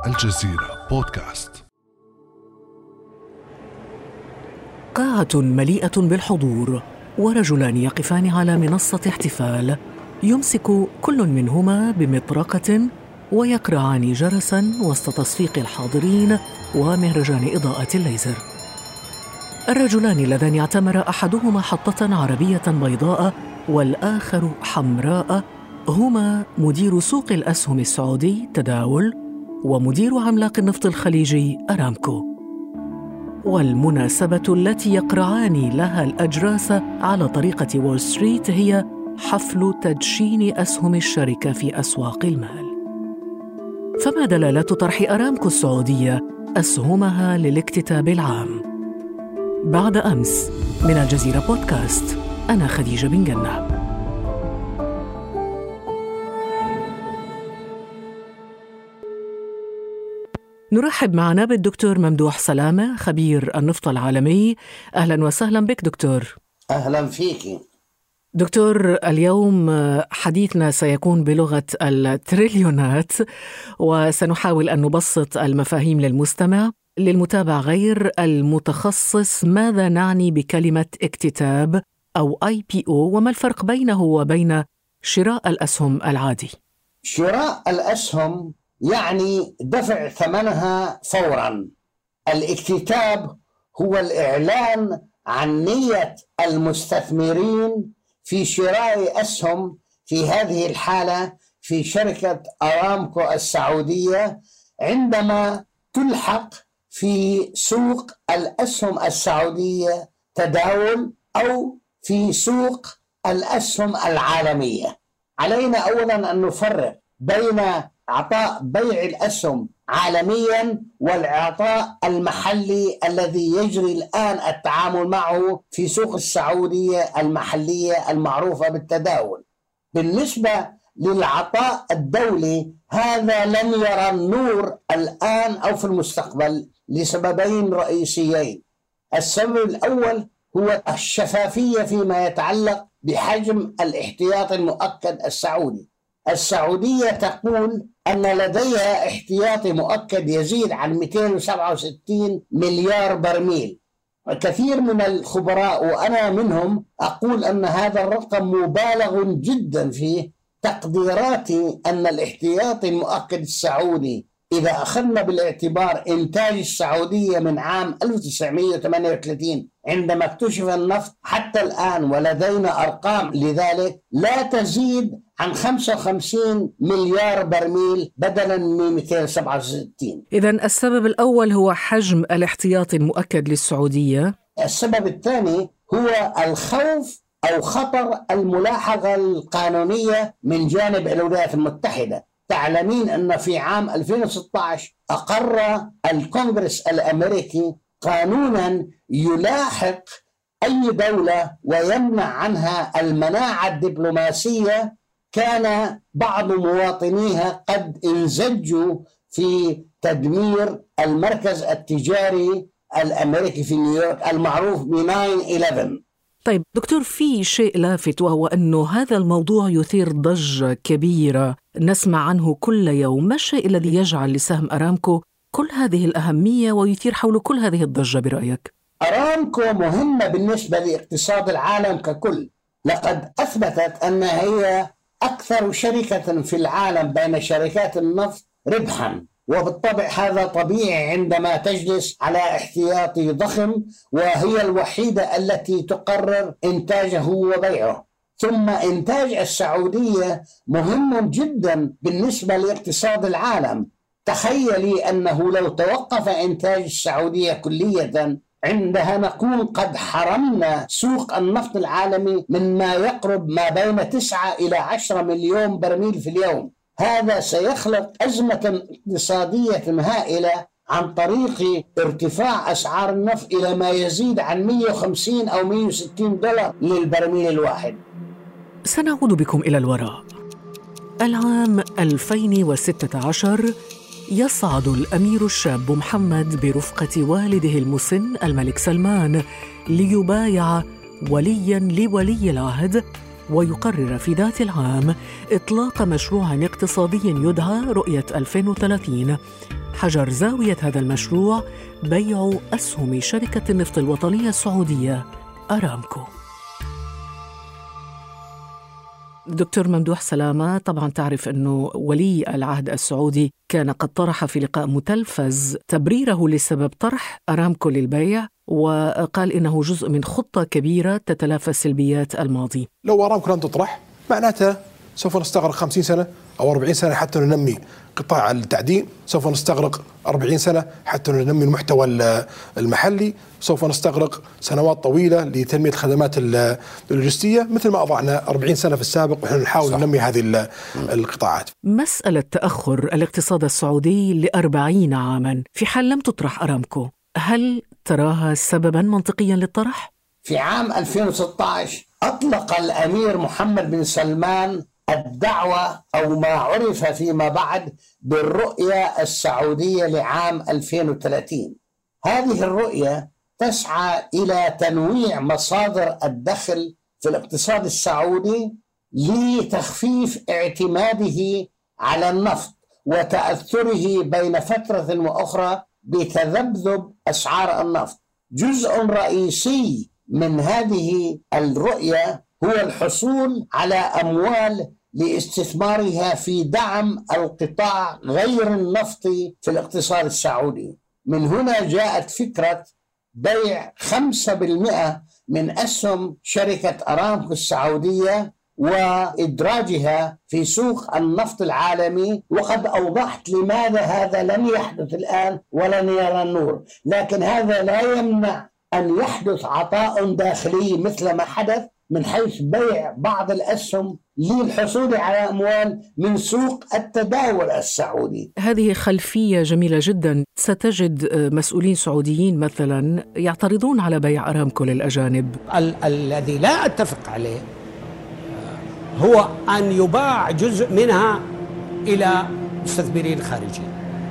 الجزيرة بودكاست. قاعة مليئة بالحضور ورجلان يقفان على منصة احتفال، يمسك كل منهما بمطرقة ويقرعان جرساً وسط تصفيق الحاضرين ومهرجان إضاءة الليزر. الرجلان اللذان اعتمر أحدهما حطة عربية بيضاء والآخر حمراء هما مدير سوق الأسهم السعودي تداول ومدير عملاق النفط الخليجي أرامكو. والمناسبة التي يقرعان لها الأجراس على طريقة وول ستريت هي حفل تدشين أسهم الشركة في أسواق المال. فما دلالة طرح أرامكو السعودية أسهمها للاكتتاب العام؟ بعد أمس من الجزيرة بودكاست، أنا خديجة بن جنة. نرحب معنا بالدكتور ممدوح سلامة، خبير النفط العالمي. أهلا وسهلا بك دكتور. أهلا فيك دكتور. اليوم حديثنا سيكون بلغة التريليونات، وسنحاول أن نبسط المفاهيم للمستمع. للمتابع غير المتخصص، ماذا نعني بكلمة اكتتاب أو IPO، وما الفرق بينه وبين شراء الأسهم العادي؟ شراء الأسهم يعني دفع ثمنها فوراً. الاكتتاب هو الإعلان عن نية المستثمرين في شراء أسهم، في هذه الحالة في شركة أرامكو السعودية، عندما تلحق في سوق الأسهم السعودية تداول أو في سوق الأسهم العالمية. علينا أولاً أن نفرق بين إعطاء بيع الأسهم عالمياً والإعطاء المحلي الذي يجري الآن التعامل معه في سوق السعودية المحلية المعروفة بالتداول. بالنسبة للعطاء الدولي، هذا لن يرى النور الآن أو في المستقبل لسببين رئيسيين. السبب الأول هو الشفافية فيما يتعلق بحجم الاحتياط المؤكد السعودي. السعودية تقول أن لديها احتياطي مؤكد يزيد عن 267 مليار برميل. كثير من الخبراء وأنا منهم أقول أن هذا الرقم مبالغ جدا فيه. تقديراتي أن الاحتياطي المؤكد السعودي، إذا أخذنا بالاعتبار إنتاج السعودية من عام 1938 عندما اكتشف النفط حتى الآن، ولدينا أرقام لذلك، لا تزيد عن 55 مليار برميل بدلاً من 267. إذن السبب الأول هو حجم الاحتياطي المؤكد للسعودية. السبب الثاني هو الخوف أو خطر الملاحقة القانونية من جانب الولايات المتحدة. تعلمين أن في عام 2016 أقر الكونغرس الأمريكي قانوناً يلاحق أي دولة ويمنع عنها المناعة الدبلوماسية كان بعض مواطنيها قد انزجوا في تدمير المركز التجاري الأمريكي في نيويورك المعروف ب 9/11. طيب دكتور، في شيء لافت وهو أنه هذا الموضوع يثير ضجة كبيرة نسمع عنه كل يوم. ما الشيء الذي يجعل لسهم أرامكو كل هذه الأهمية ويثير حول كل هذه الضجة برأيك؟ أرامكو مهمة بالنسبة لاقتصاد العالم ككل. لقد أثبتت أنها هي أكثر شركة في العالم بين شركات النفط ربحاً، وبالطبع هذا طبيعي عندما تجلس على احتياطي ضخم، وهي الوحيدة التي تقرر إنتاجه وبيعه. ثم إنتاج السعودية مهم جدا بالنسبة لاقتصاد العالم. تخيلي أنه لو توقف إنتاج السعودية كلية، عندها نكون قد حرمنا سوق النفط العالمي من ما يقرب ما بين 9 إلى 10 مليون برميل في اليوم. هذا سيخلق أزمة اقتصادية هائلة عن طريق ارتفاع أسعار النفط إلى ما يزيد عن 150 أو 160 دولار للبرميل الواحد. سنعود بكم إلى الوراء. العام 2016 يصعد الأمير الشاب محمد برفقة والده المسن الملك سلمان ليبايع ولياً لولي العهد، ويقرر في ذات العام إطلاق مشروع اقتصادي يدعى رؤية 2030. حجر زاوية هذا المشروع بيع أسهم شركة النفط الوطنية السعودية أرامكو. دكتور ممدوح سلامة، طبعا تعرف أنه ولي العهد السعودي كان قد طرح في لقاء متلفز تبريره لسبب طرح أرامكو للبيع، وقال إنه جزء من خطة كبيرة تتلافى سلبيات الماضي. لو أرامكو لم تطرح معناته سوف نستغرق 50 سنة أو 40 سنة حتى ننمي قطاع التعدين، سوف نستغرق 40 سنة حتى ننمي المحتوى المحلي، سوف نستغرق سنوات طويلة لتنمية الخدمات اللوجستية، مثل ما أضعنا 40 سنة في السابق ونحن نحاول ننمي هذه القطاعات. مسألة تأخر الاقتصاد السعودي ل40 عاما في حال لم تطرح أرامكو، هل تراها سببا منطقيا للطرح؟ في عام 2016 أطلق الأمير محمد بن سلمان الدعوة أو ما عرف فيما بعد بالرؤية السعودية لعام 2030. هذه الرؤية تسعى إلى تنويع مصادر الدخل في الاقتصاد السعودي لتخفيف اعتماده على النفط وتأثره بين فترة وأخرى بتذبذب أسعار النفط. جزء رئيسي من هذه الرؤية هو الحصول على أموال لاستثمارها في دعم القطاع غير النفطي في الاقتصاد السعودي. من هنا جاءت فكرة بيع 5% من أسهم شركة أرامكو السعودية وإدراجها في سوق النفط العالمي، وقد أوضحت لماذا هذا لم يحدث الآن ولن يرى النور، لكن هذا لا يمنع أن يحدث عطاء داخلي مثل ما حدث من حيث بيع بعض الأسهم للحصول على أموال من سوق التداول السعودي. هذه خلفية جميلة جدا. ستجد مسؤولين سعوديين مثلا يعترضون على بيع أرامكو للأجانب. الذي لا أتفق عليه هو أن يباع جزء منها إلى مستثمرين خارجيين.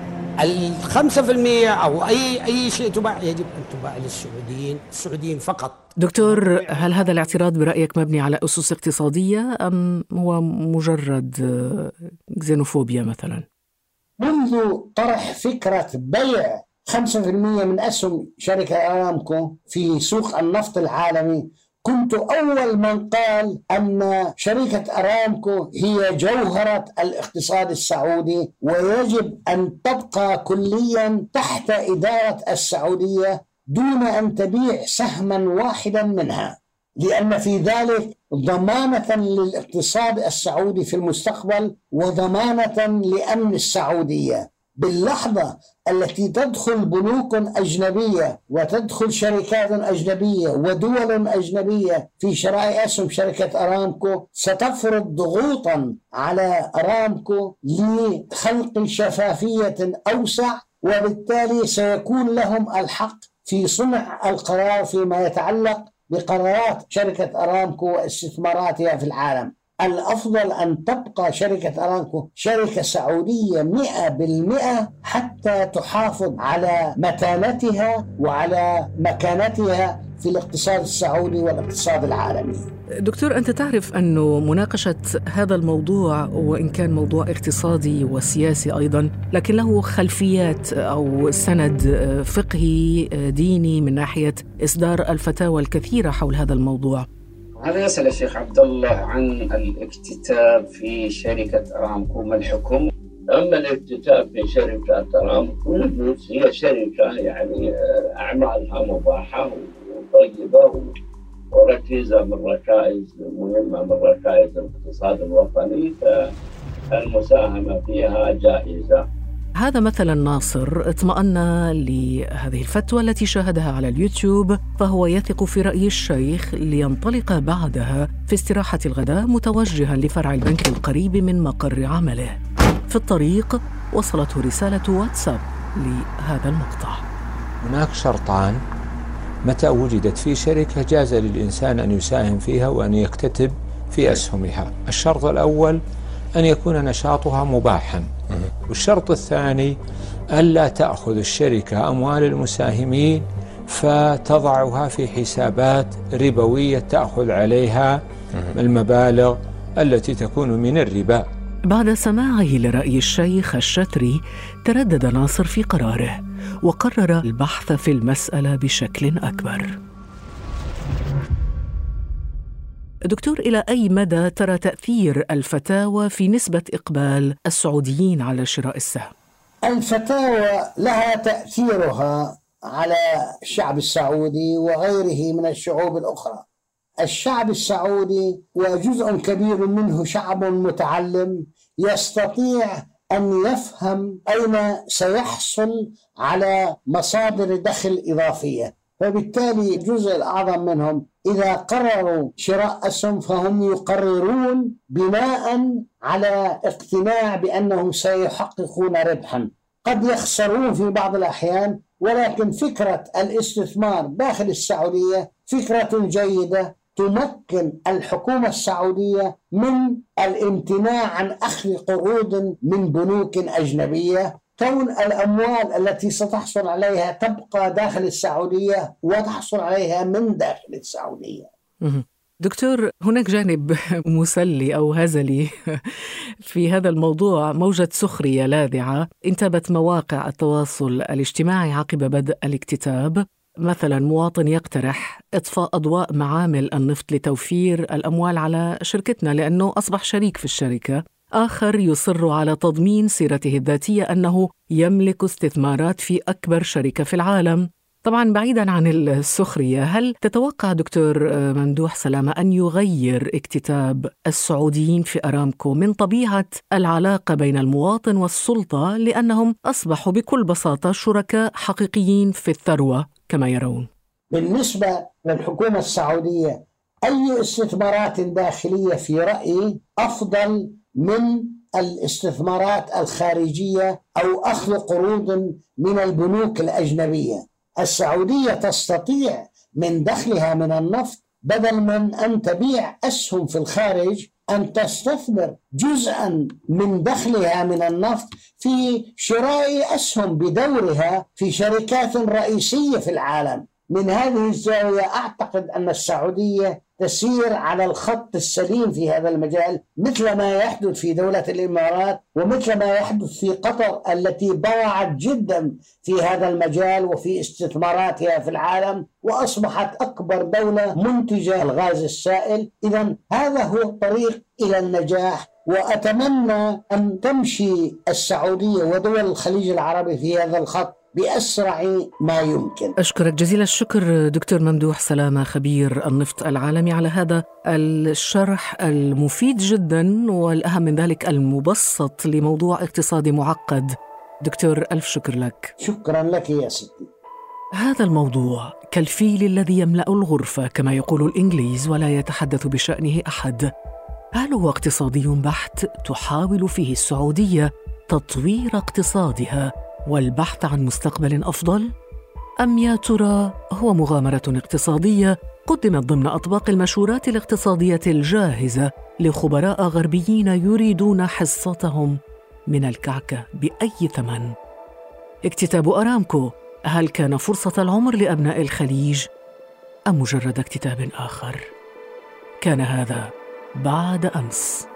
5% أو أي شيء تباع يجب أن تباع للسعوديين فقط. دكتور، هل هذا الاعتراض برأيك مبني على أسس اقتصادية أم هو مجرد كزينوفوبيا مثلا؟ منذ طرح فكرة بيع 5% من أسهم شركة أرامكو في سوق النفط العالمي كنت أول من قال أن شركة أرامكو هي جوهرة الاقتصاد السعودي ويجب أن تبقى كليا تحت إدارة السعودية دون أن تبيع سهما واحدا منها، لأن في ذلك ضمانة للاقتصاد السعودي في المستقبل وضمانة لأمن السعودية. باللحظة التي تدخل بنوك أجنبية وتدخل شركات أجنبية ودول أجنبية في شراء أسهم شركة أرامكو ستفرض ضغوطا على أرامكو لخلق شفافية أوسع، وبالتالي سيكون لهم الحق في صنع القرار فيما يتعلق بقرارات شركة أرامكو واستثماراتها في العالم. الأفضل أن تبقى شركة أرامكو شركة سعودية 100% حتى تحافظ على متانتها وعلى مكانتها في الاقتصاد السعودي والاقتصاد العالمي. دكتور، أنت تعرف أنه مناقشة هذا الموضوع وإن كان موضوع اقتصادي وسياسي أيضا، لكن له خلفيات أو سند فقهي ديني من ناحية إصدار الفتاوى الكثيرة حول هذا الموضوع. هذا يسأل الشيخ عبد الله عن الاكتتاب في شركة أرامكو، ما الحكم؟ أما الاكتتاب في شركة أرامكو هي شركة يعني أعمالها مباحة وطيبة وركيزة من ركائز مهمة من ركائز الاقتصاد الوطني، فالمساهمة فيها جائزة. هذا مثلا ناصر اطمأن لهذه الفتوى التي شاهدها على اليوتيوب، فهو يثق في رأي الشيخ لينطلق بعدها في استراحة الغداء متوجها لفرع البنك القريب من مقر عمله. في الطريق وصلته رسالة واتساب لهذا المقطع. هناك شرطان متى وجدت في شركة جاز للإنسان أن يساهم فيها وأن يكتتب في أسهمها. الشرط الأول أن يكون نشاطها مباحا، والشرط الثاني ألا تأخذ الشركة أموال المساهمين فتضعها في حسابات ربوية تأخذ عليها المبالغ التي تكون من الربا. بعد سماعه لرأي الشيخ الشتري تردد ناصر في قراره وقرر البحث في المسألة بشكل أكبر. دكتور، إلى أي مدى ترى تأثير الفتاوى في نسبة إقبال السعوديين على شراء السهم؟ الفتاوى لها تأثيرها على الشعب السعودي وغيره من الشعوب الأخرى. الشعب السعودي وجزء كبير منه شعب متعلم يستطيع أن يفهم أين سيحصل على مصادر دخل إضافية، فبالتالي الجزء الأعظم منهم إذا قرروا شراء أسهم فهم يقررون بناء على اقتناع بأنهم سيحققون ربحا. قد يخسرون في بعض الأحيان، ولكن فكرة الاستثمار داخل السعودية فكرة جيدة تمكن الحكومة السعودية من الامتناع عن أخذ قروض من بنوك أجنبية، كون الأموال التي ستحصل عليها تبقى داخل السعودية وتحصل عليها من داخل السعودية. دكتور، هناك جانب مسلي أو هزلي في هذا الموضوع، موجة سخرية لاذعة انتابت مواقع التواصل الاجتماعي عقب بدء الاكتتاب. مثلا مواطن يقترح إطفاء أضواء معامل النفط لتوفير الأموال على شركتنا لأنه أصبح شريك في الشركة. آخر يصر على تضمين سيرته الذاتية أنه يملك استثمارات في أكبر شركة في العالم. طبعا بعيدا عن السخرية، هل تتوقع دكتور ممدوح سلامة أن يغير اكتتاب السعوديين في أرامكو من طبيعة العلاقة بين المواطن والسلطة، لأنهم أصبحوا بكل بساطة شركاء حقيقيين في الثروة كما يرون؟ بالنسبة للحكومة السعودية، أي استثمارات داخلية في رأيي أفضل من الاستثمارات الخارجية أو أخذ قروض من البنوك الأجنبية. السعودية تستطيع من دخلها من النفط بدل من أن تبيع أسهم في الخارج أن تستثمر جزءا من دخلها من النفط في شراء أسهم بدورها في شركات رئيسية في العالم. من هذه الزاوية أعتقد أن السعودية تسير على الخط السليم في هذا المجال، مثل ما يحدث في دولة الإمارات ومثل ما يحدث في قطر التي ضاعت جدا في هذا المجال وفي استثماراتها في العالم وأصبحت أكبر دولة منتجة الغاز السائل. إذن هذا هو الطريق إلى النجاح، وأتمنى أن تمشي السعودية ودول الخليج العربي في هذا الخط بأسرع ما يمكن. أشكرك جزيل الشكر دكتور ممدوح سلامة، خبير النفط العالمي، على هذا الشرح المفيد جدا والأهم من ذلك المبسط لموضوع اقتصادي معقد. دكتور، ألف شكر لك. شكرا لك يا ستي. هذا الموضوع كالفيل الذي يملأ الغرفة كما يقول الإنجليز ولا يتحدث بشأنه أحد. هل هو اقتصادي بحت تحاول فيه السعودية تطوير اقتصادها والبحث عن مستقبل أفضل؟ أم يا ترى هو مغامرة اقتصادية قدمت ضمن أطباق المشورات الاقتصادية الجاهزة لخبراء غربيين يريدون حصتهم من الكعكة بأي ثمن؟ اكتتاب أرامكو، هل كان فرصة العمر لأبناء الخليج أم مجرد اكتتاب آخر؟ كان هذا بعد أمس.